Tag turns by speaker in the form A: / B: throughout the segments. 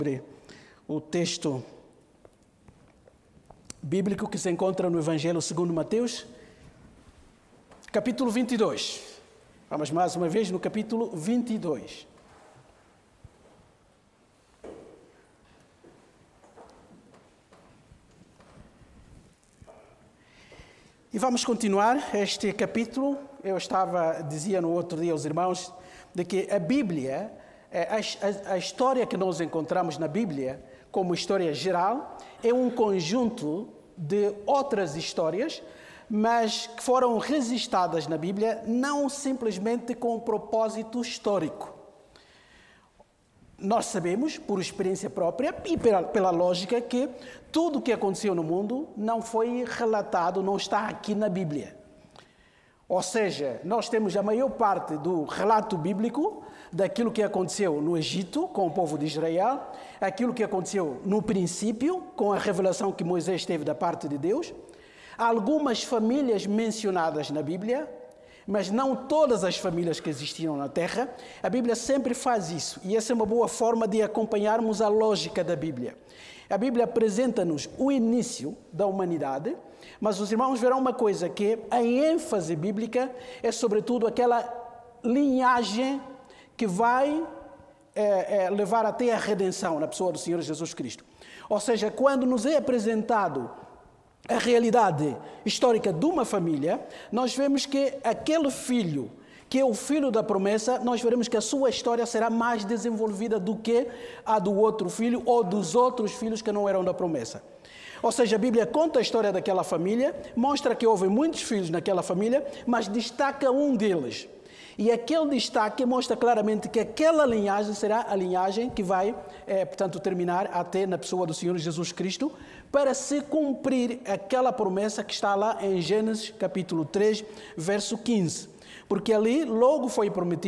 A: O texto bíblico que se encontra no Evangelho segundo Mateus, capítulo 22. Vamos mais uma vez no capítulo 22. E vamos continuar este capítulo. Eu dizia no outro dia aos irmãos, de que a Bíblia, a história que nós encontramos na Bíblia, como história geral, é um conjunto de outras histórias, mas que foram registradas na Bíblia não simplesmente com um propósito histórico. Nós sabemos, por experiência própria e pela lógica, que tudo o que aconteceu no mundo não foi relatado, não está aqui na Bíblia. Ou seja, nós temos a maior parte do relato bíblico daquilo que aconteceu no Egito, com o povo de Israel, aquilo que aconteceu no princípio, com a revelação que Moisés teve da parte de Deus, algumas famílias mencionadas na Bíblia, mas não todas as famílias que existiam na Terra. A Bíblia sempre faz isso, e essa é uma boa forma de acompanharmos a lógica da Bíblia. A Bíblia apresenta-nos o início da humanidade, mas os irmãos verão uma coisa, que a ênfase bíblica é sobretudo aquela linhagem que vai levar até a redenção na pessoa do Senhor Jesus Cristo. Ou seja, quando nos é apresentado a realidade histórica de uma família, nós vemos que aquele filho, que é o filho da promessa, nós veremos que a sua história será mais desenvolvida do que a do outro filho ou dos outros filhos que não eram da promessa. Ou seja, a Bíblia conta a história daquela família, mostra que houve muitos filhos naquela família, mas destaca um deles. E aquele destaque mostra claramente que aquela linhagem será a linhagem que vai, portanto, terminar até na pessoa do Senhor Jesus Cristo, para se cumprir aquela promessa que está lá em Gênesis capítulo 3, verso 15. Porque ali logo foi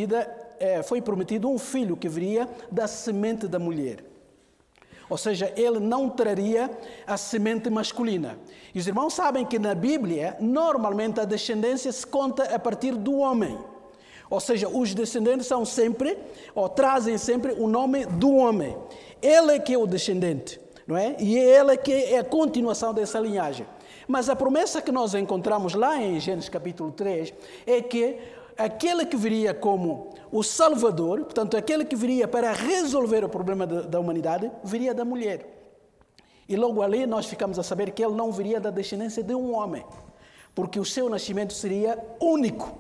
A: prometido um filho que viria da semente da mulher. Ou seja, ele não traria a semente masculina. E os irmãos sabem que na Bíblia, normalmente a descendência se conta a partir do homem. Ou seja, os descendentes são sempre, ou trazem sempre o nome do homem. Ele é que é o descendente, não é? E ele é que é a continuação dessa linhagem. Mas a promessa que nós encontramos lá em Gênesis capítulo 3 é que aquele que viria como o Salvador, portanto, aquele que viria para resolver o problema da humanidade, viria da mulher. E logo ali nós ficamos a saber que ele não viria da descendência de um homem, porque o seu nascimento seria único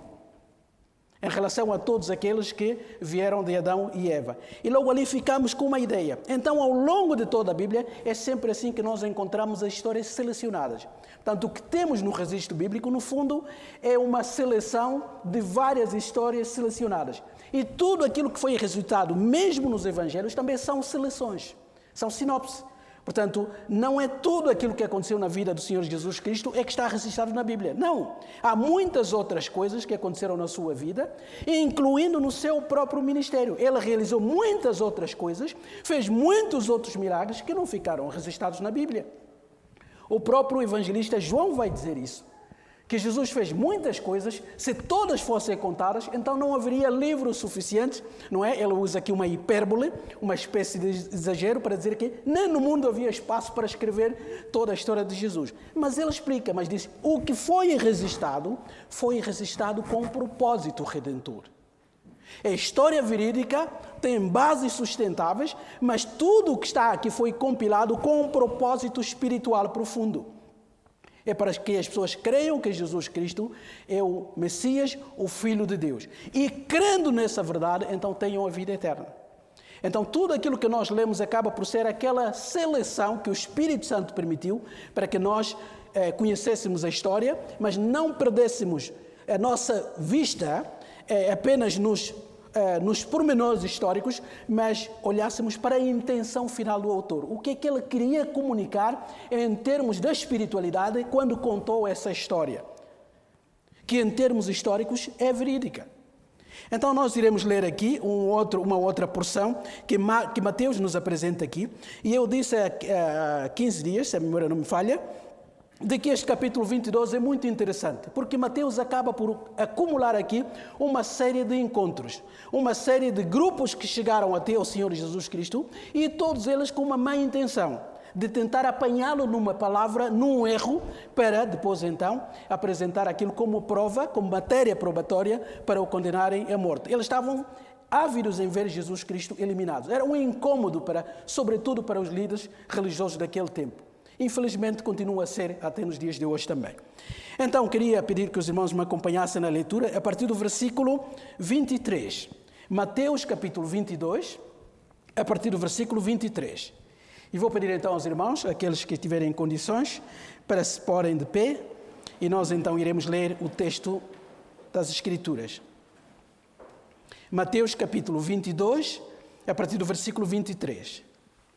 A: em relação a todos aqueles que vieram de Adão e Eva. E logo ali ficamos com uma ideia. Então, ao longo de toda a Bíblia, é sempre assim que nós encontramos as histórias selecionadas. Portanto, o que temos no registro bíblico, no fundo, é uma seleção de várias histórias selecionadas. E tudo aquilo que foi registrado, mesmo nos evangelhos, também são seleções, são sinopses. Portanto, não é tudo aquilo que aconteceu na vida do Senhor Jesus Cristo é que está registrado na Bíblia. Não. Há muitas outras coisas que aconteceram na sua vida, incluindo no seu próprio ministério. Ele realizou muitas outras coisas, fez muitos outros milagres que não ficaram registrados na Bíblia. O próprio evangelista João vai dizer isso, que Jesus fez muitas coisas, se todas fossem contadas, então não haveria livros suficientes, não é? Ele usa aqui uma hipérbole, uma espécie de exagero para dizer que nem no mundo havia espaço para escrever toda a história de Jesus. Mas ele explica, mas diz, o que foi registrado com um propósito redentor. A história verídica tem bases sustentáveis, mas tudo o que está aqui foi compilado com um propósito espiritual profundo. É para que as pessoas creiam que Jesus Cristo é o Messias, o Filho de Deus. E crendo nessa verdade, então tenham a vida eterna. Então tudo aquilo que nós lemos acaba por ser aquela seleção que o Espírito Santo permitiu para que nós conhecêssemos a história, mas não perdêssemos a nossa vista apenas nos pormenores históricos, mas olhássemos para a intenção final do autor. O que é que ele queria comunicar em termos da espiritualidade quando contou essa história, que em termos históricos é verídica. Então nós iremos ler aqui uma outra porção que Mateus nos apresenta aqui. E eu disse há 15 dias, se a memória não me falha, de que este capítulo 22 é muito interessante, porque Mateus acaba por acumular aqui uma série de encontros, uma série de grupos que chegaram até o Senhor Jesus Cristo, e todos eles com uma má intenção, de tentar apanhá-lo numa palavra, num erro, para depois então apresentar aquilo como prova, como matéria probatória, para o condenarem à morte. Eles estavam ávidos em ver Jesus Cristo eliminado. Era um incômodo, sobretudo para os líderes religiosos daquele tempo. Infelizmente, continua a ser até nos dias de hoje também. Então, queria pedir que os irmãos me acompanhassem na leitura a partir do versículo 23. Mateus, capítulo 22, a partir do versículo 23. E vou pedir então aos irmãos, aqueles que estiverem em condições, para se porem de pé, e nós então iremos ler o texto das Escrituras. Mateus, capítulo 22, a partir do versículo 23.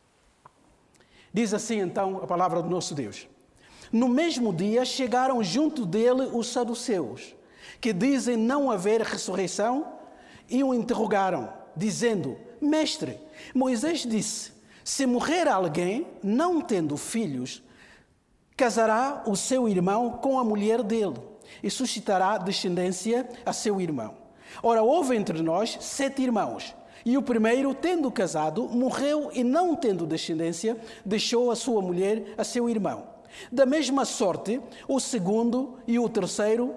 A: Diz assim então a palavra do nosso Deus. No mesmo dia chegaram junto dele os saduceus, que dizem não haver ressurreição, e o interrogaram, dizendo: Mestre, Moisés disse, se morrer alguém, não tendo filhos, casará o seu irmão com a mulher dele, e suscitará descendência a seu irmão. Ora, houve entre nós 7 irmãos, e o primeiro, tendo casado, morreu e não tendo descendência, deixou a sua mulher a seu irmão. Da mesma sorte, o segundo e o terceiro,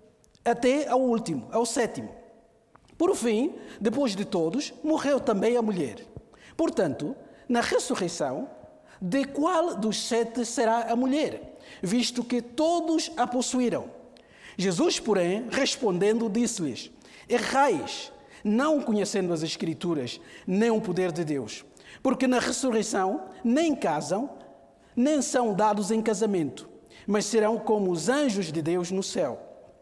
A: até ao último, ao 7º. Por fim, depois de todos, morreu também a mulher. Portanto, na ressurreição, de qual dos 7 será a mulher, visto que todos a possuíram? Jesus, porém, respondendo, disse-lhes: Errais, não conhecendo as Escrituras, nem o poder de Deus. Porque na ressurreição nem casam, nem são dados em casamento, mas serão como os anjos de Deus no céu.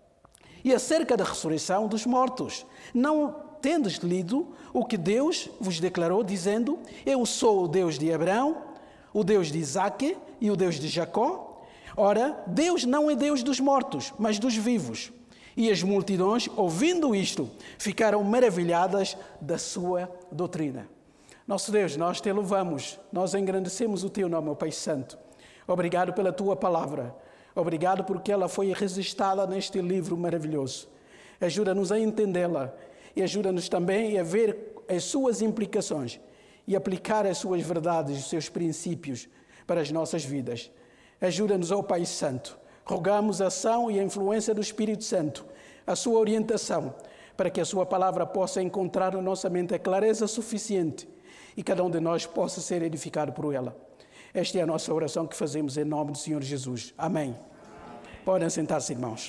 A: E acerca da ressurreição dos mortos, não tendes lido o que Deus vos declarou, dizendo: Eu sou o Deus de Abraão, o Deus de Isaque e o Deus de Jacó? Ora, Deus não é Deus dos mortos, mas dos vivos. E as multidões, ouvindo isto, ficaram maravilhadas da sua doutrina. Nosso Deus, nós te louvamos, nós engrandecemos o teu nome, ó Pai Santo. Obrigado pela tua palavra. Obrigado porque ela foi registrada neste livro maravilhoso. Ajuda-nos a entendê-la e ajuda-nos também a ver as suas implicações e aplicar as suas verdades, os seus princípios para as nossas vidas. Ajuda-nos, ó Pai Santo. Rogamos a ação e a influência do Espírito Santo, a sua orientação, para que a sua palavra possa encontrar na nossa mente a clareza suficiente e cada um de nós possa ser edificado por ela. Esta é a nossa oração que fazemos em nome do Senhor Jesus. Amém. Podem sentar-se, irmãos.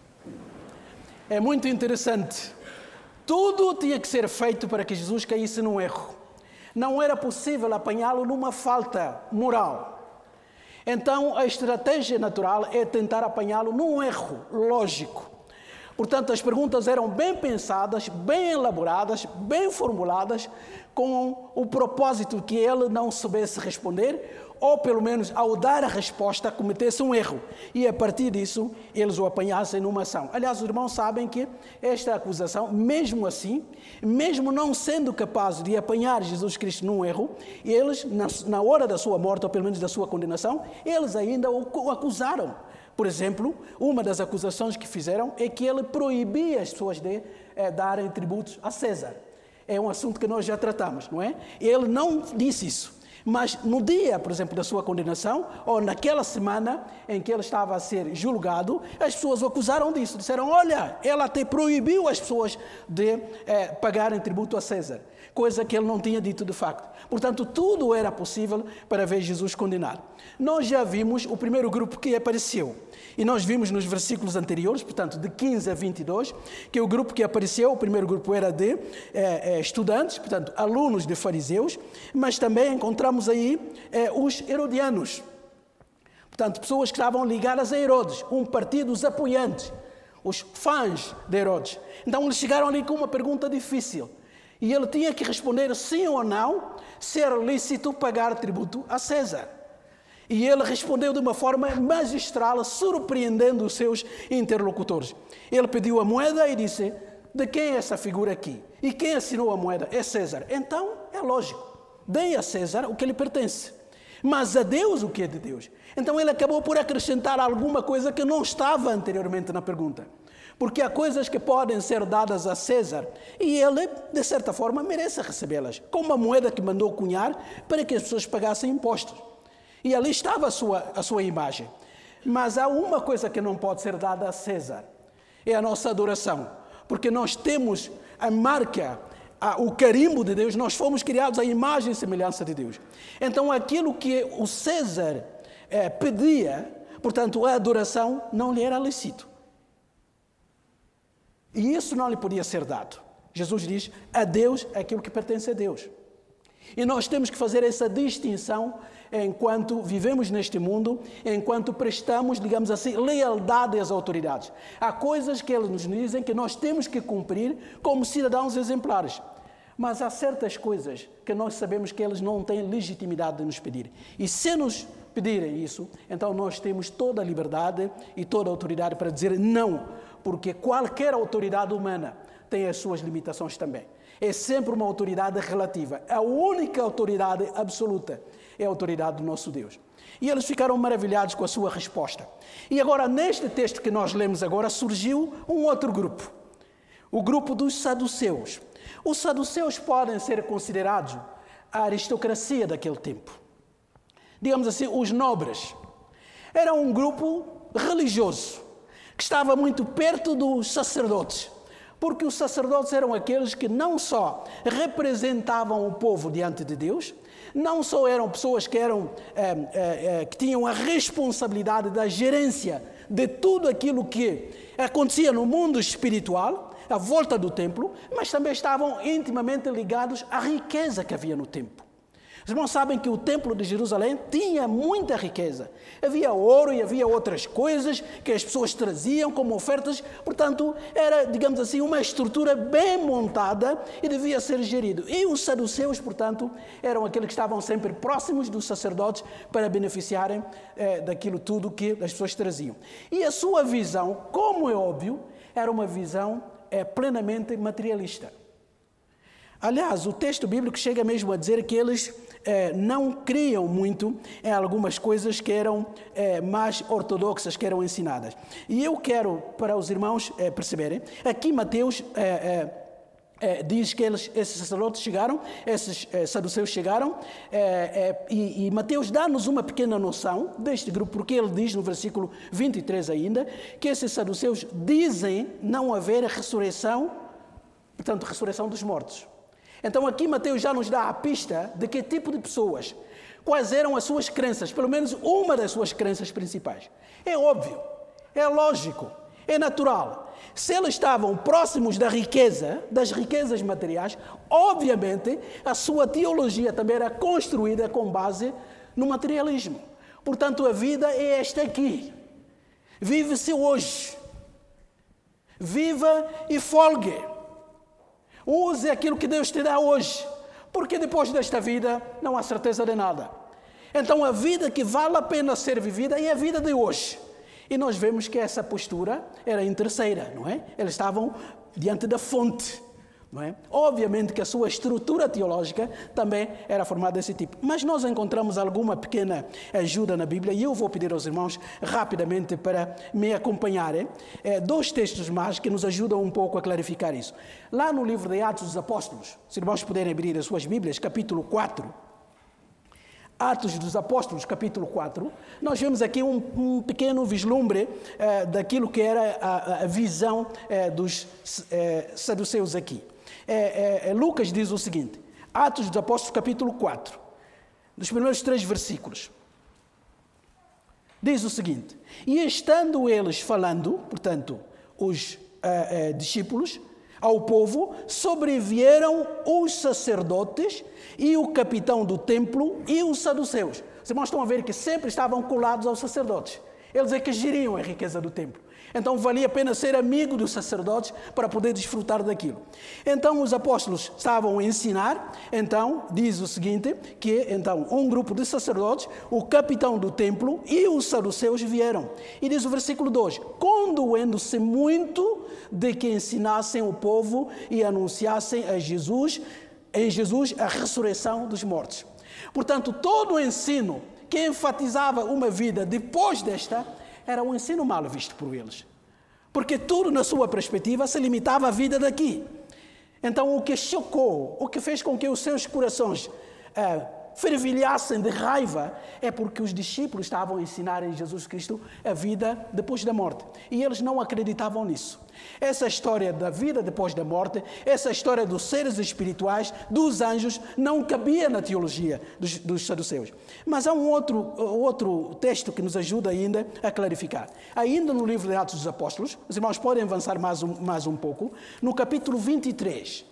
A: É muito interessante. Tudo tinha que ser feito para que Jesus caísse num erro. Não era possível apanhá-lo numa falta moral. Então, a estratégia natural é tentar apanhá-lo num erro lógico. Portanto, as perguntas eram bem pensadas, bem elaboradas, bem formuladas, com o propósito que ele não soubesse responder, ou pelo menos, ao dar a resposta, cometesse um erro. E a partir disso, eles o apanhassem numa ação. Aliás, os irmãos sabem que esta acusação, mesmo assim, mesmo não sendo capazes de apanhar Jesus Cristo num erro, eles, na hora da sua morte, ou pelo menos da sua condenação, eles ainda o acusaram. Por exemplo, uma das acusações que fizeram é que ele proibia as pessoas de darem tributos a César. É um assunto que nós já tratamos, não é? Ele não disse isso. Mas no dia, por exemplo, da sua condenação, ou naquela semana em que ele estava a ser julgado, as pessoas o acusaram disso. Disseram: olha, ele até proibiu as pessoas de pagarem tributo a César. Coisa que ele não tinha dito de facto. Portanto, tudo era possível para ver Jesus condenado. Nós já vimos o primeiro grupo que apareceu. E nós vimos nos versículos anteriores, portanto, de 15 a 22, que o grupo que apareceu, o primeiro grupo era de estudantes, portanto, alunos de fariseus, mas também encontramos aí os herodianos. Portanto, pessoas que estavam ligadas a Herodes, um partido, os apoiantes, os fãs de Herodes. Então, eles chegaram ali com uma pergunta difícil. E ele tinha que responder sim ou não, se era lícito pagar tributo a César. E ele respondeu de uma forma magistral, surpreendendo os seus interlocutores. Ele pediu a moeda e disse: de quem é essa figura aqui? E quem assinou a moeda? É César. Então, é lógico, deem a César o que lhe pertence. Mas a Deus o que é de Deus? Então ele acabou por acrescentar alguma coisa que não estava anteriormente na pergunta. Porque há coisas que podem ser dadas a César e ele, de certa forma, merece recebê-las. Como a moeda que mandou cunhar para que as pessoas pagassem impostos. E ali estava a sua imagem. Mas há uma coisa que não pode ser dada a César. É a nossa adoração. Porque nós temos a marca, o carimbo de Deus, nós fomos criados à imagem e semelhança de Deus. Então aquilo que o César pedia, portanto a adoração, não lhe era lícito. E isso não lhe podia ser dado. Jesus diz, a Deus aquilo que pertence a Deus. E nós temos que fazer essa distinção enquanto vivemos neste mundo, enquanto prestamos, digamos assim, lealdade às autoridades. Há coisas que eles nos dizem que nós temos que cumprir como cidadãos exemplares. Mas há certas coisas que nós sabemos que eles não têm legitimidade de nos pedir. E se nos pedirem isso, então nós temos toda a liberdade e toda a autoridade para dizer não, porque qualquer autoridade humana tem as suas limitações também. É sempre uma autoridade relativa. A única autoridade absoluta é a autoridade do nosso Deus. E eles ficaram maravilhados com a sua resposta. E agora, neste texto que nós lemos agora, surgiu um outro grupo. O grupo dos saduceus. Os saduceus podem ser considerados a aristocracia daquele tempo. Digamos assim, os nobres. Era um grupo religioso que estava muito perto dos sacerdotes. Porque os sacerdotes eram aqueles que não só representavam o povo diante de Deus, não só eram pessoas que tinham a responsabilidade da gerência de tudo aquilo que acontecia no mundo espiritual, à volta do templo, mas também estavam intimamente ligados à riqueza que havia no templo. Os irmãos sabem que o templo de Jerusalém tinha muita riqueza. Havia ouro e havia outras coisas que as pessoas traziam como ofertas. Portanto, era, digamos assim, uma estrutura bem montada e devia ser gerido. E os saduceus, portanto, eram aqueles que estavam sempre próximos dos sacerdotes para beneficiarem daquilo tudo que as pessoas traziam. E a sua visão, como é óbvio, era uma visão plenamente materialista. Aliás, o texto bíblico chega mesmo a dizer que eles não criam muito em algumas coisas que eram mais ortodoxas, que eram ensinadas. E eu quero, para os irmãos perceberem, aqui Mateus diz que esses sacerdotes chegaram, esses saduceus chegaram, e Mateus dá-nos uma pequena noção deste grupo, porque ele diz no versículo 23 ainda, que esses saduceus dizem não haver ressurreição, portanto, ressurreição dos mortos. Então aqui Mateus já nos dá a pista de que tipo de pessoas, quais eram as suas crenças, pelo menos uma das suas crenças principais. É óbvio, é lógico, é natural. Se eles estavam próximos da riqueza, das riquezas materiais, obviamente a sua teologia também era construída com base no materialismo. Portanto, a vida é esta aqui. Vive-se hoje. Viva e folgue. Use aquilo que Deus te dá hoje, porque depois desta vida não há certeza de nada. Então a vida que vale a pena ser vivida é a vida de hoje. E nós vemos que essa postura era interesseira, não é? Eles estavam diante da fonte, não é? Obviamente que a sua estrutura teológica também era formada desse tipo. Mas nós encontramos alguma pequena ajuda na Bíblia e eu vou pedir aos irmãos rapidamente para me acompanharem. Dois textos mais que nos ajudam um pouco a clarificar isso. Lá no livro de Atos dos Apóstolos, se irmãos puderem abrir as suas Bíblias, capítulo 4, Atos dos Apóstolos, capítulo 4, nós vemos aqui um pequeno vislumbre daquilo que era a visão dos saduceus aqui. Lucas diz o seguinte, Atos dos Apóstolos, capítulo 4, nos primeiros 3 versículos, diz o seguinte, e estando eles falando, portanto, os discípulos, ao povo, sobrevieram os sacerdotes e o capitão do templo e os saduceus. Os irmãos estão a ver que sempre estavam colados aos sacerdotes. Eles é que geriam a riqueza do templo. Então valia a pena ser amigo dos sacerdotes para poder desfrutar daquilo. Então os apóstolos estavam a ensinar, então diz o seguinte, que então um grupo de sacerdotes, o capitão do templo e os saduceus vieram. E diz o versículo 2, condoendo-se muito de que ensinassem o povo e anunciassem em Jesus a ressurreição dos mortos. Portanto, todo o ensino que enfatizava uma vida depois desta era um ensino mal visto por eles. Porque tudo, na sua perspectiva, se limitava à vida daqui. Então, o que chocou, o que fez com que os seus corações fervilhassem de raiva, é porque os discípulos estavam a ensinar em Jesus Cristo a vida depois da morte. E eles não acreditavam nisso. Essa história da vida depois da morte, essa história dos seres espirituais, dos anjos, não cabia na teologia dos saduceus. Mas há um outro texto que nos ajuda ainda a clarificar. Ainda no livro de Atos dos Apóstolos, os irmãos podem avançar mais um pouco, no capítulo 23.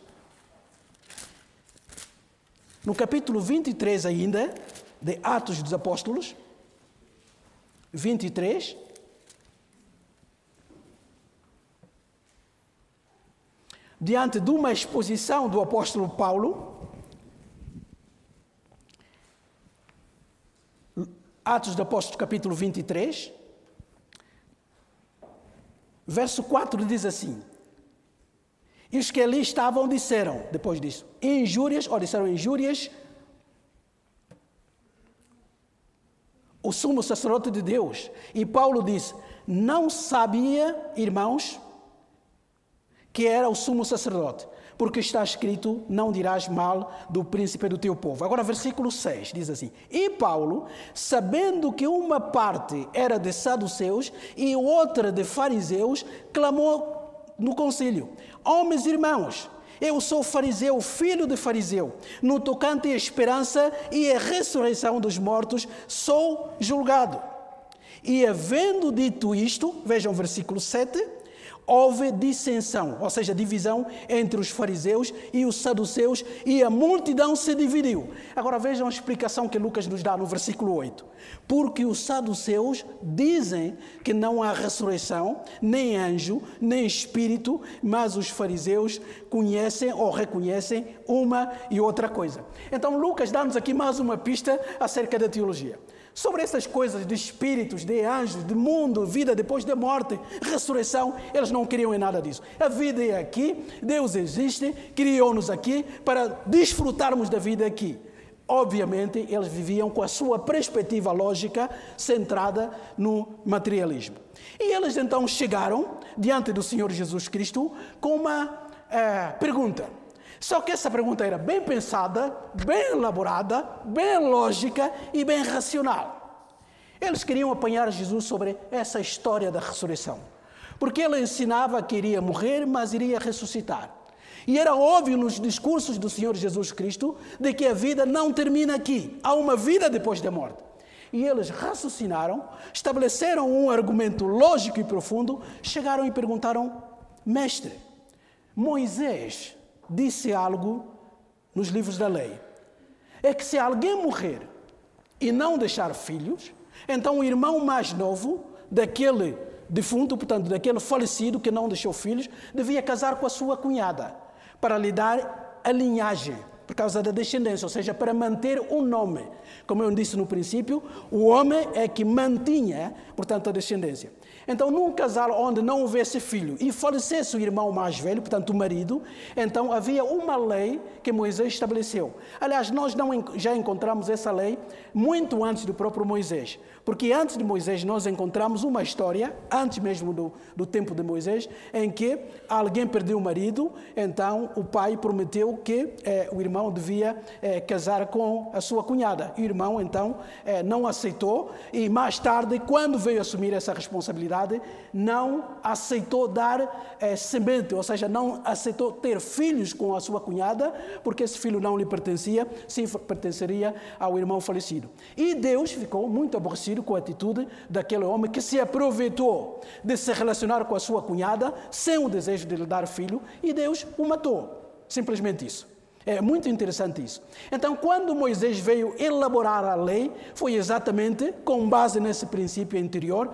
A: No capítulo 23 ainda, de Atos dos Apóstolos, 23, diante de uma exposição do apóstolo Paulo, Atos dos Apóstolos, capítulo 23, verso 4 diz assim: e os que ali estavam disseram, depois disso, disseram injúrias, o sumo sacerdote de Deus. E Paulo disse: não sabia, irmãos, que era o sumo sacerdote, porque está escrito: não dirás mal do príncipe do teu povo. Agora, versículo 6 diz assim: e Paulo, sabendo que uma parte era de saduceus e outra de fariseus, clamou no concílio: homens e irmãos, eu sou fariseu, filho de fariseu. No tocante à esperança e à ressurreição dos mortos, sou julgado. E havendo dito isto, vejam o versículo 7, houve dissensão, ou seja, divisão entre os fariseus e os saduceus, e a multidão se dividiu. Agora vejam a explicação que Lucas nos dá no versículo 8. Porque os saduceus dizem que não há ressurreição, nem anjo, nem espírito, mas os fariseus conhecem ou reconhecem uma e outra coisa. Então Lucas dá-nos aqui mais uma pista acerca da teologia. Sobre essas coisas de espíritos, de anjos, de mundo, vida depois da morte, ressurreição, eles não queriam em nada disso. A vida é aqui, Deus existe, criou-nos aqui para desfrutarmos da vida aqui. Obviamente, eles viviam com a sua perspectiva lógica centrada no materialismo. E eles então chegaram diante do Senhor Jesus Cristo com uma pergunta. Só que essa pergunta era bem pensada, bem elaborada, bem lógica e bem racional. Eles queriam apanhar Jesus sobre essa história da ressurreição. Porque ele ensinava que iria morrer, mas iria ressuscitar. E era óbvio nos discursos do Senhor Jesus Cristo de que a vida não termina aqui. Há uma vida depois da morte. E eles raciocinaram, estabeleceram um argumento lógico e profundo, chegaram e perguntaram: mestre, Moisés disse algo nos livros da lei. É que se alguém morrer e não deixar filhos, então o irmão mais novo daquele defunto, portanto, daquele falecido que não deixou filhos, devia casar com a sua cunhada, para lhe dar a linhagem, por causa da descendência, ou seja, para manter o nome. Como eu disse no princípio, o homem é que mantinha, portanto, a descendência. Então, num casal onde não houvesse filho e falecesse o irmão mais velho, portanto, o marido, então havia uma lei que Moisés estabeleceu. Aliás, nós já encontramos essa lei muito antes do próprio Moisés. Porque antes de Moisés nós encontramos uma história, antes mesmo do tempo de Moisés, em que alguém perdeu o marido, então o pai prometeu que o irmão devia casar com a sua cunhada. E o irmão, então, não aceitou e mais tarde, quando veio assumir essa responsabilidade, não aceitou dar semente, ou seja, não aceitou ter filhos com a sua cunhada, porque esse filho não lhe pertencia, sim pertenceria ao irmão falecido. E Deus ficou muito aborrecido com a atitude daquele homem que se aproveitou de se relacionar com a sua cunhada sem o desejo de lhe dar filho, e Deus o matou. Simplesmente isso. É muito interessante isso. Então, quando Moisés veio elaborar a lei, foi exatamente com base nesse princípio anterior,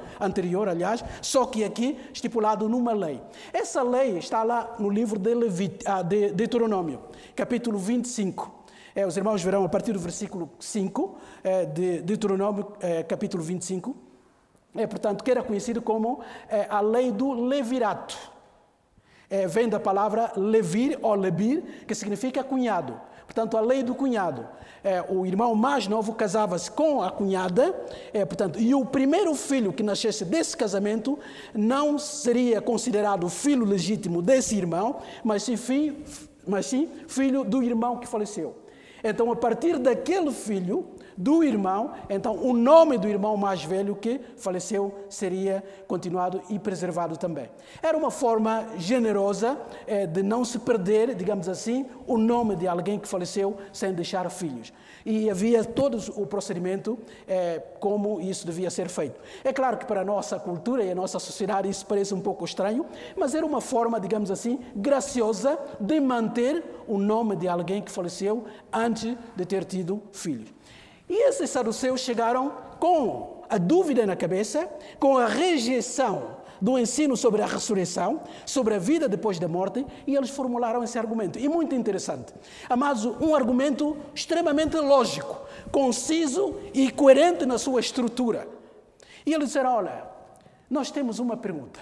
A: só que aqui estipulado numa lei. Essa lei está lá no livro de Deuteronômio, capítulo 25. Os irmãos verão a partir do versículo 5 de Deuteronômio, capítulo 25. Portanto, que era conhecido como a lei do levirato. Vem da palavra levir ou lebir, que significa cunhado. Portanto, a lei do cunhado. O irmão mais novo casava-se com a cunhada, portanto, e o primeiro filho que nascesse desse casamento não seria considerado filho legítimo desse irmão, mas sim filho do irmão que faleceu. Então, a partir daquele filho do irmão, então o nome do irmão mais velho que faleceu seria continuado e preservado também. Era uma forma generosa de não se perder, digamos assim, o nome de alguém que faleceu sem deixar filhos. E havia todo o procedimento como isso devia ser feito. É claro que para a nossa cultura e a nossa sociedade isso parece um pouco estranho, mas era uma forma, digamos assim, graciosa de manter o nome de alguém que faleceu antes de ter tido filhos. E esses saduceus chegaram com a dúvida na cabeça, com a rejeição do ensino sobre a ressurreição, sobre a vida depois da morte, e eles formularam esse argumento. E muito interessante. Amados, um argumento extremamente lógico, conciso e coerente na sua estrutura. E eles disseram, olha, nós temos uma pergunta.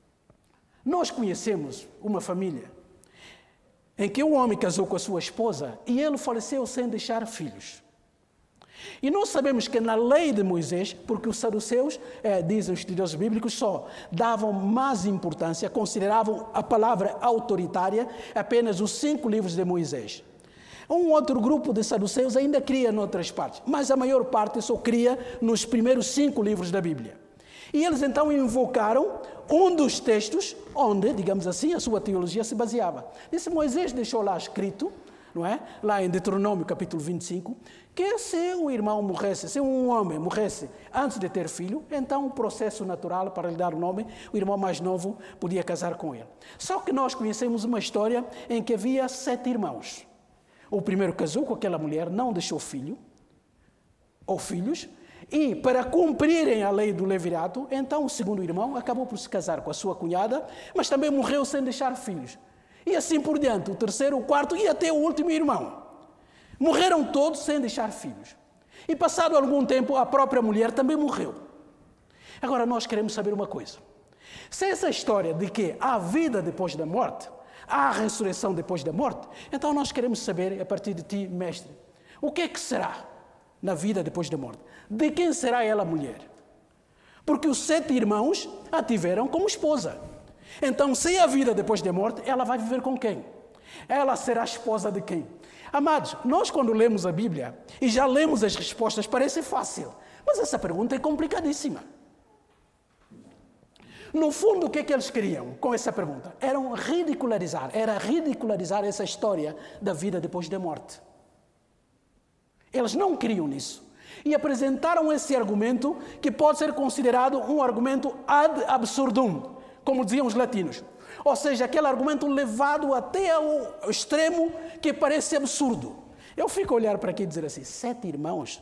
A: Nós conhecemos uma família em que um homem casou com a sua esposa e ele faleceu sem deixar filhos. E nós sabemos que na lei de Moisés, porque os saduceus, dizem os estudiosos bíblicos, só davam mais importância, consideravam a palavra autoritária apenas os 5 livros de Moisés. Um outro grupo de saduceus ainda cria noutras partes, mas a maior parte só cria nos primeiros 5 livros da Bíblia. E eles então invocaram um dos textos onde, digamos assim, a sua teologia se baseava. Disse, Moisés deixou lá escrito, não é? Lá em Deuteronômio capítulo 25, que se um irmão morresse, se um homem morresse antes de ter filho, então o processo natural para lhe dar o nome, o irmão mais novo podia casar com ele. Só que nós conhecemos uma história em que havia 7 irmãos. O primeiro casou com aquela mulher, não deixou filho, ou filhos, e para cumprirem a lei do levirato, então o segundo irmão acabou por se casar com a sua cunhada, mas também morreu sem deixar filhos. E assim por diante, o terceiro, o quarto e até o último irmão. Morreram todos sem deixar filhos. E passado algum tempo, a própria mulher também morreu. Agora nós queremos saber uma coisa. Se essa história de que há vida depois da morte, há ressurreição depois da morte, então nós queremos saber, a partir de ti, mestre, o que é que será na vida depois da morte? De quem será ela mulher? Porque os 7 irmãos a tiveram como esposa. Então, se há vida depois da morte, ela vai viver com quem? Ela será esposa de quem? Amados, nós quando lemos a Bíblia e já lemos as respostas, parece fácil. Mas essa pergunta é complicadíssima. No fundo, o que é que eles queriam com essa pergunta? Era ridicularizar essa história da vida depois da morte. Eles não queriam nisso. E apresentaram esse argumento que pode ser considerado um argumento ad absurdum, como diziam os latinos. Ou seja, aquele argumento levado até ao extremo que parece absurdo. Eu fico a olhar para aqui e dizer assim, 7 irmãos?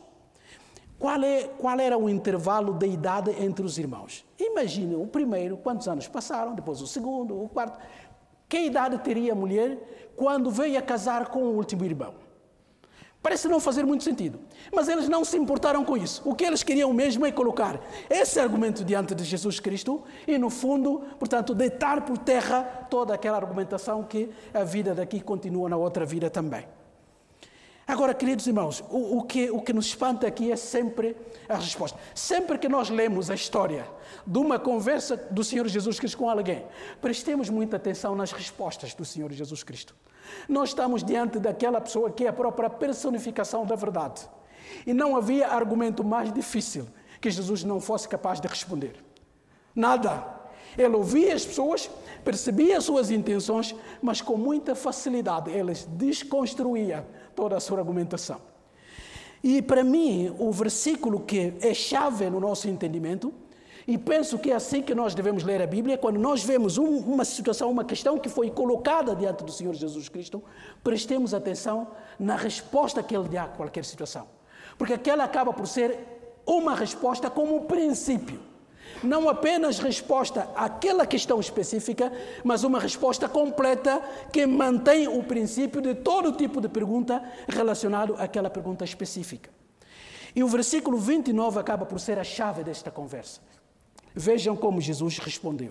A: Qual era o intervalo de idade entre os irmãos? Imagine o primeiro, quantos anos passaram, depois o segundo, o quarto. Que idade teria a mulher quando veio a casar com o último irmão? Parece não fazer muito sentido. Mas eles não se importaram com isso. O que eles queriam mesmo é colocar esse argumento diante de Jesus Cristo e, no fundo, portanto, deitar por terra toda aquela argumentação que a vida daqui continua na outra vida também. Agora, queridos irmãos, o que nos espanta aqui é sempre a resposta. Sempre que nós lemos a história de uma conversa do Senhor Jesus Cristo com alguém, prestemos muita atenção nas respostas do Senhor Jesus Cristo. Nós estamos diante daquela pessoa que é a própria personificação da verdade. E não havia argumento mais difícil que Jesus não fosse capaz de responder. Nada. Ele ouvia as pessoas, percebia as suas intenções, mas com muita facilidade ele desconstruía toda a sua argumentação. E para mim, o versículo que é chave no nosso entendimento, e penso que é assim que nós devemos ler a Bíblia, quando nós vemos uma situação, uma questão que foi colocada diante do Senhor Jesus Cristo, prestemos atenção na resposta que Ele dá a qualquer situação. Porque aquela acaba por ser uma resposta como princípio. Não apenas resposta àquela questão específica, mas uma resposta completa que mantém o princípio de todo tipo de pergunta relacionado àquela pergunta específica. E o versículo 29 acaba por ser a chave desta conversa. Vejam como Jesus respondeu.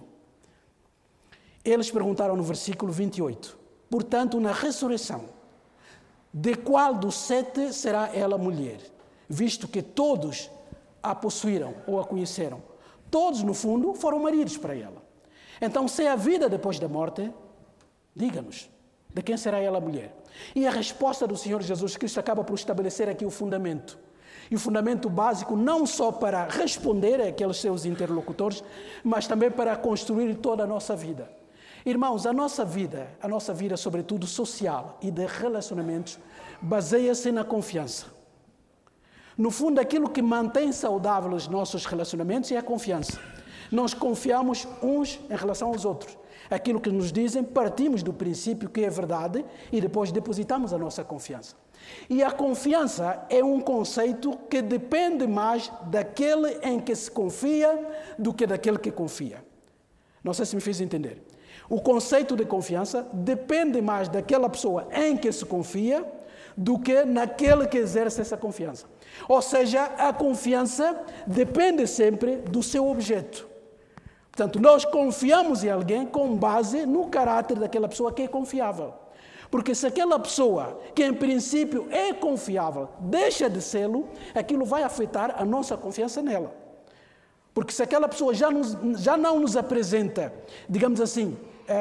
A: Eles perguntaram no versículo 28. Portanto, na ressurreição, de qual dos 7 será ela mulher, visto que todos a possuíram ou a conheceram. Todos, no fundo, foram maridos para ela. Então, se há vida depois da morte, diga-nos, de quem será ela mulher? E a resposta do Senhor Jesus Cristo acaba por estabelecer aqui o fundamento. E o fundamento básico não só para responder àqueles seus interlocutores, mas também para construir toda a nossa vida. Irmãos, a nossa vida, sobretudo social e de relacionamentos, baseia-se na confiança. No fundo, aquilo que mantém saudável os nossos relacionamentos é a confiança. Nós confiamos uns em relação aos outros. Aquilo que nos dizem, partimos do princípio que é verdade e depois depositamos a nossa confiança. E a confiança é um conceito que depende mais daquele em que se confia do que daquele que confia. Não sei se me fiz entender. O conceito de confiança depende mais daquela pessoa em que se confia do que naquele que exerce essa confiança. Ou seja, a confiança depende sempre do seu objeto. Portanto, nós confiamos em alguém com base no caráter daquela pessoa que é confiável. Porque se aquela pessoa, que em princípio é confiável, deixa de sê-lo, aquilo vai afetar a nossa confiança nela. Porque se aquela pessoa já não nos apresenta, digamos assim,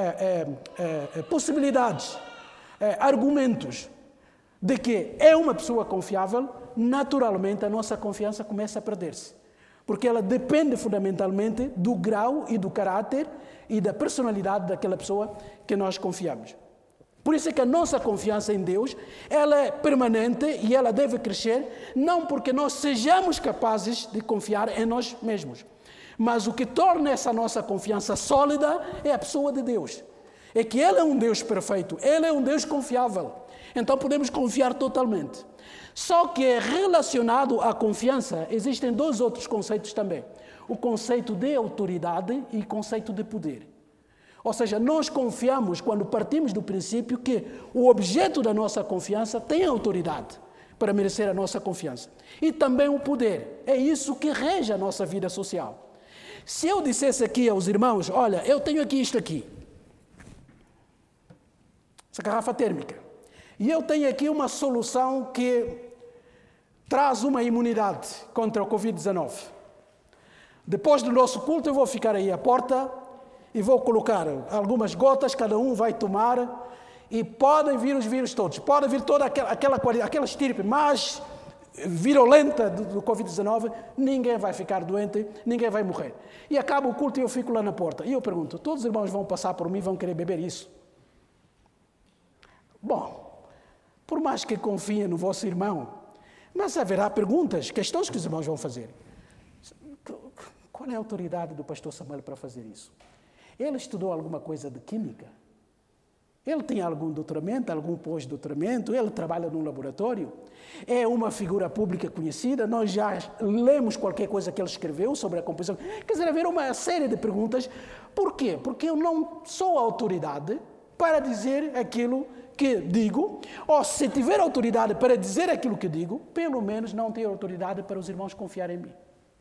A: possibilidades, argumentos de que é uma pessoa confiável, naturalmente a nossa confiança começa a perder-se. Porque ela depende fundamentalmente do grau e do caráter e da personalidade daquela pessoa que nós confiamos. Por isso é que a nossa confiança em Deus, ela é permanente e ela deve crescer, não porque nós sejamos capazes de confiar em nós mesmos, mas o que torna essa nossa confiança sólida é a pessoa de Deus. É que Ele é um Deus perfeito, Ele é um Deus confiável. Então podemos confiar totalmente. Só que relacionado à confiança, existem 2 outros conceitos também. O conceito de autoridade e o conceito de poder. Ou seja, nós confiamos quando partimos do princípio que o objeto da nossa confiança tem autoridade para merecer a nossa confiança. E também o poder. É isso que rege a nossa vida social. Se eu dissesse aqui aos irmãos, olha, eu tenho aqui isto aqui, essa garrafa térmica, e eu tenho aqui uma solução que traz uma imunidade contra o Covid-19. Depois do nosso culto eu vou ficar aí à porta e vou colocar algumas gotas, cada um vai tomar, e podem vir os vírus todos, pode vir toda aquela estirpe mais virulenta do Covid-19, ninguém vai ficar doente, ninguém vai morrer. E acaba o culto e eu fico lá na porta. E eu pergunto, todos os irmãos vão passar por mim e vão querer beber isso? Bom, por mais que confiem no vosso irmão, mas haverá perguntas, questões que os irmãos vão fazer. Qual é a autoridade do pastor Samuel para fazer isso? Ele estudou alguma coisa de química? Ele tem algum doutoramento, algum pós-doutoramento? Ele trabalha num laboratório? É uma figura pública conhecida? Nós já lemos qualquer coisa que ele escreveu sobre a composição. Quer dizer, haver uma série de perguntas. Por quê? Porque eu não sou autoridade para dizer aquilo que digo, ou se tiver autoridade para dizer aquilo que digo, pelo menos não tenho autoridade para os irmãos confiarem em mim.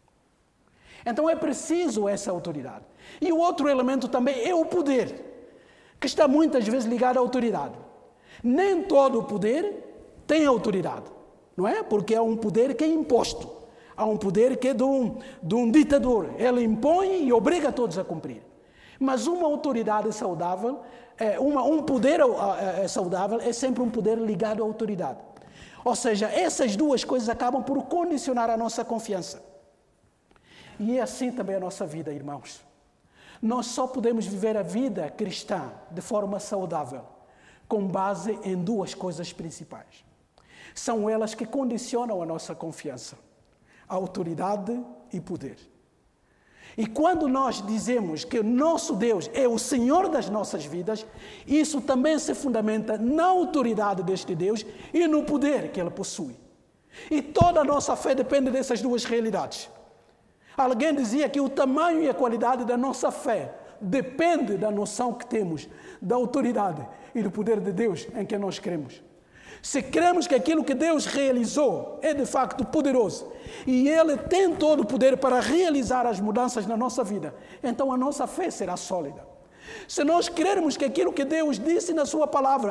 A: Então é preciso essa autoridade. E o outro elemento também é o poder, que está muitas vezes ligado à autoridade. Nem todo o poder tem autoridade, não é? Porque há um poder que é imposto, há um poder que é de um ditador. Ele impõe e obriga todos a cumprir. Mas uma autoridade saudável, um poder saudável é sempre um poder ligado à autoridade. Ou seja, essas 2 coisas acabam por condicionar a nossa confiança. E é assim também a nossa vida, irmãos. Nós só podemos viver a vida cristã de forma saudável, com base em 2 coisas principais. São elas que condicionam a nossa confiança: autoridade e poder. E quando nós dizemos que o nosso Deus é o Senhor das nossas vidas, isso também se fundamenta na autoridade deste Deus e no poder que Ele possui. E toda a nossa fé depende dessas 2 realidades. Alguém dizia que o tamanho e a qualidade da nossa fé depende da noção que temos da autoridade e do poder de Deus em que nós cremos. Se cremos que aquilo que Deus realizou é de facto poderoso e Ele tem todo o poder para realizar as mudanças na nossa vida, então a nossa fé será sólida. Se nós crermos que aquilo que Deus disse na sua palavra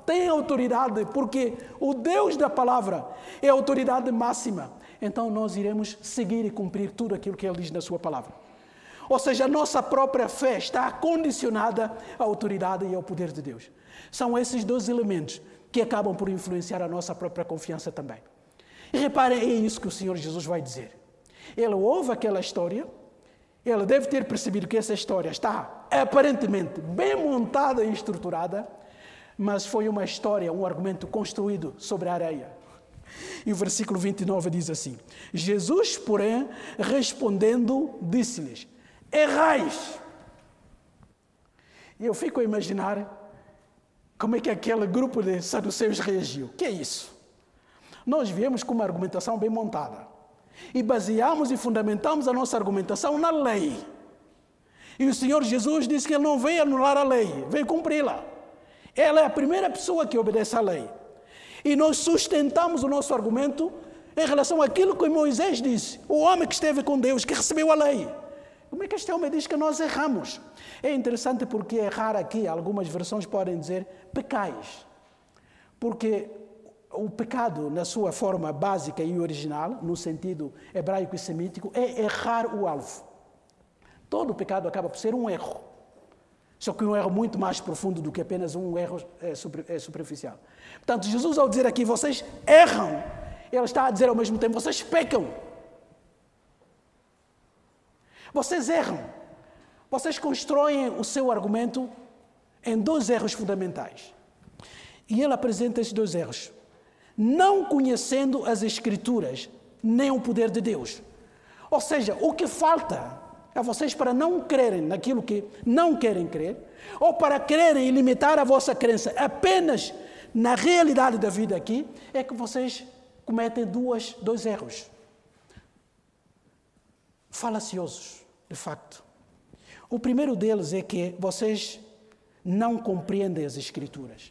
A: tem autoridade, porque o Deus da palavra é a autoridade máxima. Então nós iremos seguir e cumprir tudo aquilo que Ele diz na sua palavra. Ou seja, a nossa própria fé está condicionada à autoridade e ao poder de Deus. São esses dois elementos que acabam por influenciar a nossa própria confiança também. E reparem, é isso que o Senhor Jesus vai dizer. Ele ouve aquela história, ele deve ter percebido que essa história está aparentemente bem montada e estruturada, mas foi uma história, um argumento construído sobre a areia. E o versículo 29 diz assim: Jesus, porém, respondendo, disse-lhes: errais. E eu fico a imaginar como é que aquele grupo de saduceus reagiu. Que é isso? Nós viemos com uma argumentação bem montada e baseamos e fundamentamos a nossa argumentação na lei. E o Senhor Jesus disse que Ele não veio anular a lei, veio cumpri-la. Ela é a primeira pessoa que obedece à lei. E nós sustentamos o nosso argumento em relação àquilo que Moisés disse, o homem que esteve com Deus, que recebeu a lei. Como é que este homem diz que nós erramos? É interessante porque errar aqui, algumas versões podem dizer pecais. Porque o pecado, na sua forma básica e original, no sentido hebraico e semítico, é errar o alvo. Todo pecado acaba por ser um erro. Só que um erro muito mais profundo do que apenas um erro superficial. Portanto, Jesus, ao dizer aqui, vocês erram, Ele está a dizer ao mesmo tempo, vocês pecam. Vocês erram. Vocês constroem o seu argumento em dois erros fundamentais. E Ele apresenta esses dois erros. Não conhecendo as Escrituras, nem o poder de Deus. Ou seja, o que falta a vocês para não crerem naquilo que não querem crer, ou para crerem e limitar a vossa crença apenas na realidade da vida aqui, é que vocês cometem dois erros falaciosos, de facto. O primeiro deles é que vocês não compreendem as Escrituras.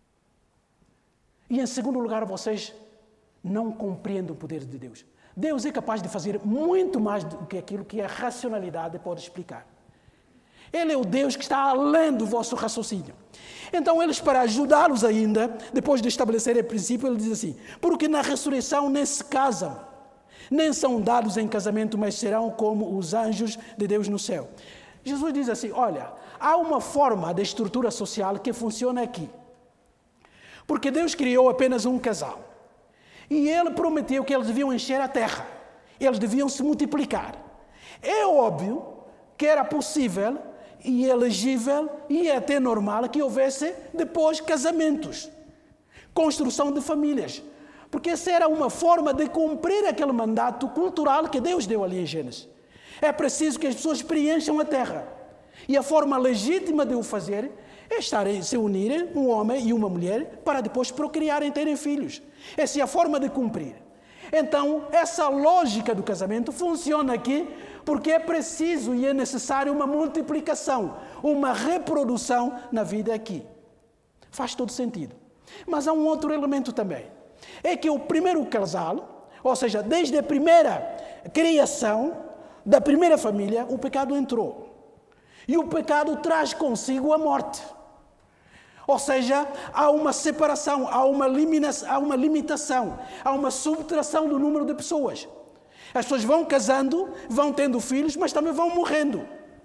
A: E em segundo lugar, vocês não compreendem o poder de Deus. Deus é capaz de fazer muito mais do que aquilo que a racionalidade pode explicar. Ele é o Deus que está além do vosso raciocínio. Então, eles, para ajudá-los ainda, depois de estabelecer o princípio, ele diz assim: porque na ressurreição nem se casam, nem são dados em casamento, mas serão como os anjos de Deus no céu. Jesus diz assim: olha, há uma forma de estrutura social que funciona aqui. Porque Deus criou apenas um casal. E Ele prometeu que eles deviam encher a terra. Eles deviam se multiplicar. É óbvio que era possível e elegível e até normal que houvesse depois casamentos. Construção de famílias. Porque essa era uma forma de cumprir aquele mandato cultural que Deus deu ali em Gênesis. É preciso que as pessoas preencham a terra. E a forma legítima de o fazer é se unirem, um homem e uma mulher, para depois procriarem, terem filhos. Essa é a forma de cumprir. Então, essa lógica do casamento funciona aqui porque é preciso e é necessário uma multiplicação, uma reprodução na vida aqui. Faz todo sentido. Mas há um outro elemento também. É que o primeiro casal, ou seja, desde a primeira criação da primeira família, o pecado entrou. E o pecado traz consigo a morte. Ou seja, há uma separação, há uma limitação, há uma subtração do número de pessoas. As pessoas vão casando, vão tendo filhos, mas também vão morrendo.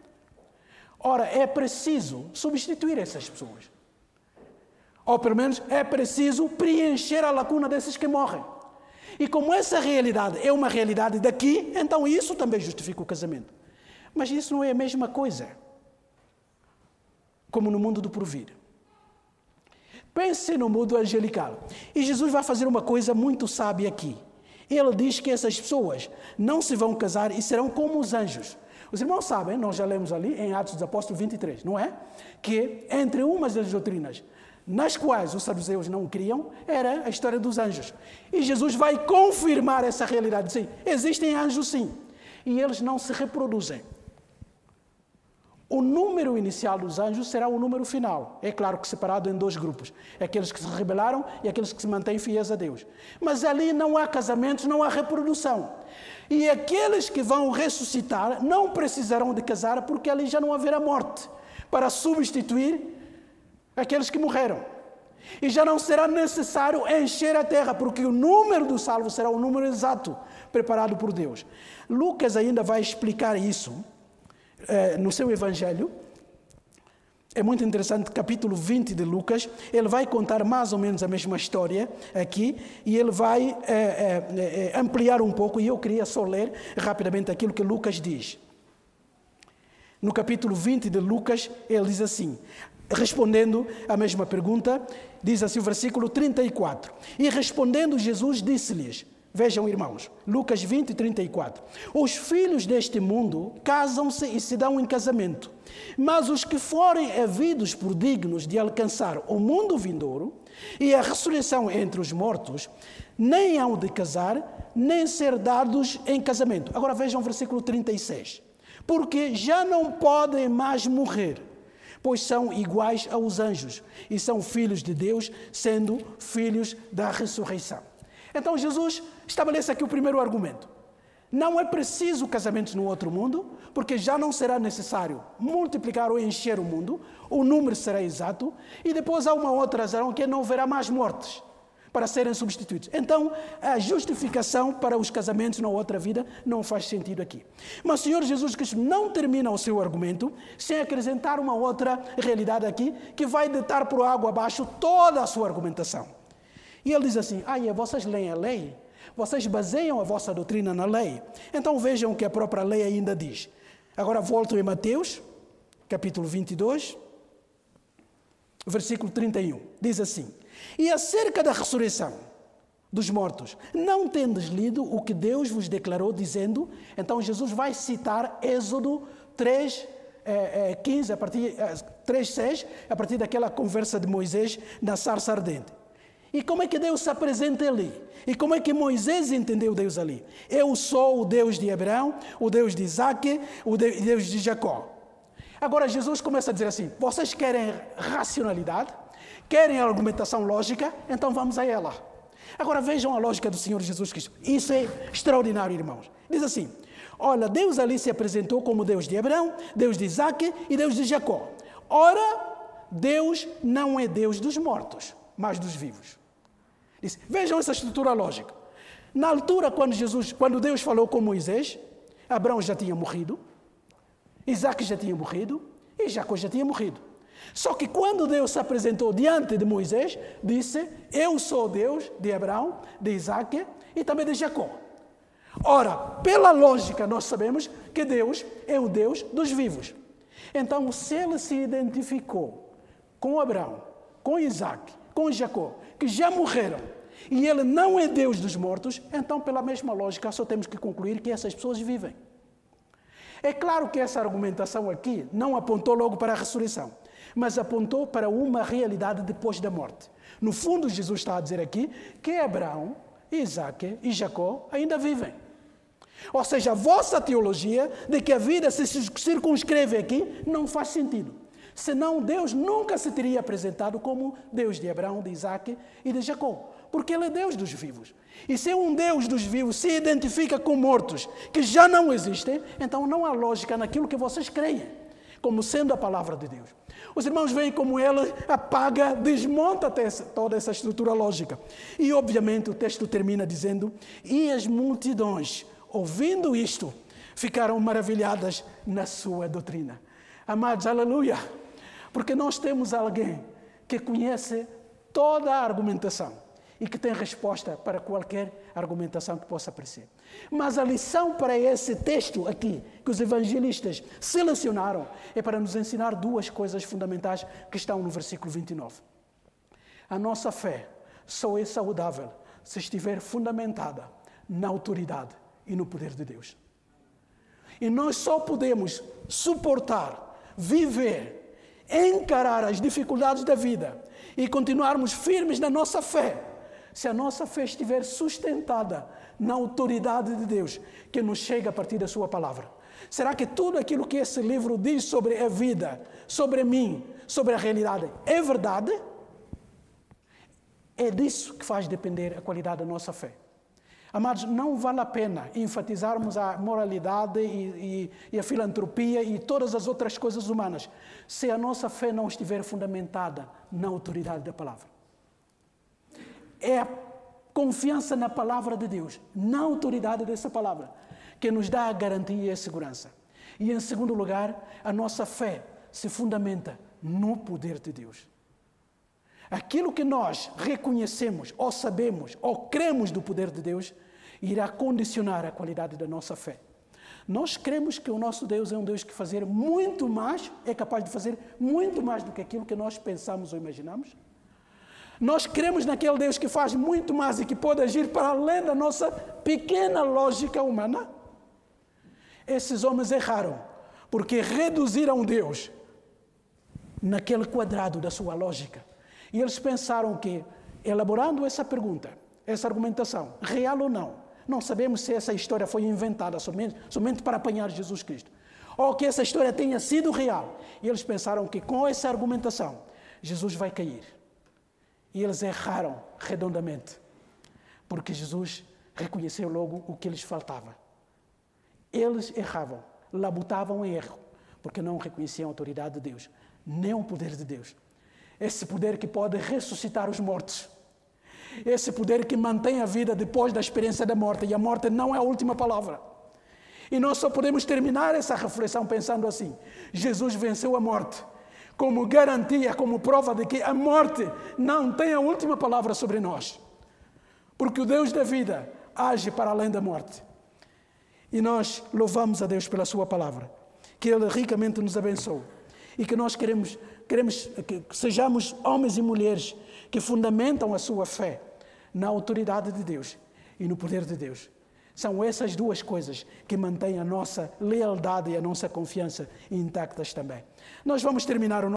A: Ora, é preciso substituir essas pessoas. Ou pelo menos é preciso preencher a lacuna desses que morrem. E como essa realidade é uma realidade daqui, então isso também justifica o casamento. Mas isso não é a mesma coisa como no mundo do porvir. Pense no mundo angelical. E Jesus vai fazer uma coisa muito sábia aqui. Ele diz que essas pessoas não se vão casar e serão como os anjos. Os irmãos sabem, nós já lemos ali em Atos dos Apóstolos 23, não é? Que entre umas das doutrinas nas quais os saduceus não criam, era a história dos anjos. E Jesus vai confirmar essa realidade. Sim, existem anjos sim. E eles não se reproduzem. O número inicial dos anjos será o número final. É claro que separado em dois grupos. Aqueles que se rebelaram e aqueles que se mantêm fiéis a Deus. Mas ali não há casamentos, não há reprodução. E aqueles que vão ressuscitar não precisarão de casar porque ali já não haverá morte para substituir aqueles que morreram. E já não será necessário encher a terra, porque o número dos salvos será o número exato preparado por Deus. Lucas ainda vai explicar isso no seu evangelho. É muito interessante, capítulo 20 de Lucas, ele vai contar mais ou menos a mesma história aqui, e ele vai ampliar um pouco, e eu queria só ler rapidamente aquilo que Lucas diz. No capítulo 20 de Lucas, ele diz assim, respondendo à mesma pergunta, diz assim o versículo 34. E respondendo Jesus disse-lhes, vejam irmãos, Lucas 20, 34. Os filhos deste mundo casam-se e se dão em casamento, mas os que forem havidos por dignos de alcançar o mundo vindouro e a ressurreição entre os mortos, nem hão de casar, nem ser dados em casamento. Agora vejam o versículo 36. Porque já não podem mais morrer, pois são iguais aos anjos e são filhos de Deus, sendo filhos da ressurreição. Então Jesus estabelece aqui o primeiro argumento. Não é preciso casamentos no outro mundo, porque já não será necessário multiplicar ou encher o mundo, o número será exato, e depois há uma outra razão que não haverá mais mortes para serem substituídos. Então, a justificação para os casamentos na outra vida não faz sentido aqui. Mas o Senhor Jesus Cristo não termina o seu argumento sem acrescentar uma outra realidade aqui, que vai deitar por água abaixo toda a sua argumentação. E ele diz assim, vocês leem a lei? Vocês baseiam a vossa doutrina na lei? Então vejam o que a própria lei ainda diz. Agora volto em Mateus, capítulo 22, versículo 31. Diz assim, e acerca da ressurreição dos mortos, não tendes lido o que Deus vos declarou, dizendo... Então Jesus vai citar Êxodo 3:15, 3:6, a partir daquela conversa de Moisés na sarça ardente. E como é que Deus se apresenta ali? E como é que Moisés entendeu Deus ali? Eu sou o Deus de Abraão, o Deus de Isaac, o Deus de Jacó. Agora Jesus começa a dizer assim, vocês querem racionalidade? Querem argumentação lógica? Então vamos a ela. Agora vejam a lógica do Senhor Jesus Cristo. Isso é extraordinário, irmãos. Diz assim, olha, Deus ali se apresentou como Deus de Abraão, Deus de Isaac e Deus de Jacó. Ora, Deus não é Deus dos mortos, mas dos vivos. Diz, vejam essa estrutura lógica. Na altura, quando Deus falou com Moisés, Abraão já tinha morrido, Isaac já tinha morrido e Jacó já tinha morrido. Só que quando Deus se apresentou diante de Moisés, disse, eu sou Deus de Abraão, de Isaac e também de Jacó. Ora, pela lógica, nós sabemos que Deus é o Deus dos vivos. Então, se ele se identificou com Abraão, com Isaac, com Jacó, que já morreram, e ele não é Deus dos mortos, então, pela mesma lógica, só temos que concluir que essas pessoas vivem. É claro que essa argumentação aqui não apontou logo para a ressurreição, mas apontou para uma realidade depois da morte. No fundo, Jesus está a dizer aqui que Abraão, Isaac e Jacó ainda vivem. Ou seja, a vossa teologia de que a vida se circunscreve aqui não faz sentido. Senão Deus nunca se teria apresentado como Deus de Abraão, de Isaac e de Jacó. Porque Ele é Deus dos vivos. E se um Deus dos vivos se identifica com mortos que já não existem, então não há lógica naquilo que vocês creem, como sendo a palavra de Deus. Os irmãos veem como ela apaga, desmonta toda essa estrutura lógica. E obviamente o texto termina dizendo, e as multidões, ouvindo isto, ficaram maravilhadas na sua doutrina. Amados, aleluia! Porque nós temos alguém que conhece toda a argumentação e que tem resposta para qualquer argumentação que possa aparecer. Mas a lição para esse texto aqui, que os evangelistas selecionaram, é para nos ensinar duas coisas fundamentais que estão no versículo 29. A nossa fé só é saudável se estiver fundamentada na autoridade e no poder de Deus. E nós só podemos suportar, viver, encarar as dificuldades da vida e continuarmos firmes na nossa fé, se a nossa fé estiver sustentada na autoridade de Deus, que nos chega a partir da sua palavra. Será que tudo aquilo que esse livro diz sobre a vida, sobre mim, sobre a realidade, é verdade? É disso que faz depender a qualidade da nossa fé. Amados, não vale a pena enfatizarmos a moralidade e a filantropia e todas as outras coisas humanas, se a nossa fé não estiver fundamentada na autoridade da palavra. É a confiança na palavra de Deus, na autoridade dessa palavra, que nos dá a garantia e a segurança. E em segundo lugar, a nossa fé se fundamenta no poder de Deus. Aquilo que nós reconhecemos, ou sabemos, ou cremos do poder de Deus, irá condicionar a qualidade da nossa fé. Nós cremos que o nosso Deus é um Deus que fazer muito mais, é capaz de fazer muito mais do que aquilo que nós pensamos ou imaginamos. Nós cremos naquele Deus que faz muito mais e que pode agir para além da nossa pequena lógica humana. Esses homens erraram, porque reduziram Deus naquele quadrado da sua lógica. E eles pensaram que, elaborando essa pergunta, essa argumentação, real ou não sabemos se essa história foi inventada somente para apanhar Jesus Cristo, ou que essa história tenha sido real. E eles pensaram que com essa argumentação, Jesus vai cair. E eles erraram redondamente, porque Jesus reconheceu logo o que lhes faltava. Eles erravam, labutavam em erro, porque não reconheciam a autoridade de Deus, nem o poder de Deus. Esse poder que pode ressuscitar os mortos. Esse poder que mantém a vida depois da experiência da morte. E a morte não é a última palavra. E nós só podemos terminar essa reflexão pensando assim: Jesus venceu a morte, como garantia, como prova de que a morte não tem a última palavra sobre nós. Porque o Deus da vida age para além da morte. E nós louvamos a Deus pela sua palavra, que Ele ricamente nos abençoe. E que nós queremos que sejamos homens e mulheres que fundamentam a sua fé na autoridade de Deus e no poder de Deus. São essas duas coisas que mantêm a nossa lealdade e a nossa confiança intactas também. Nós vamos terminar o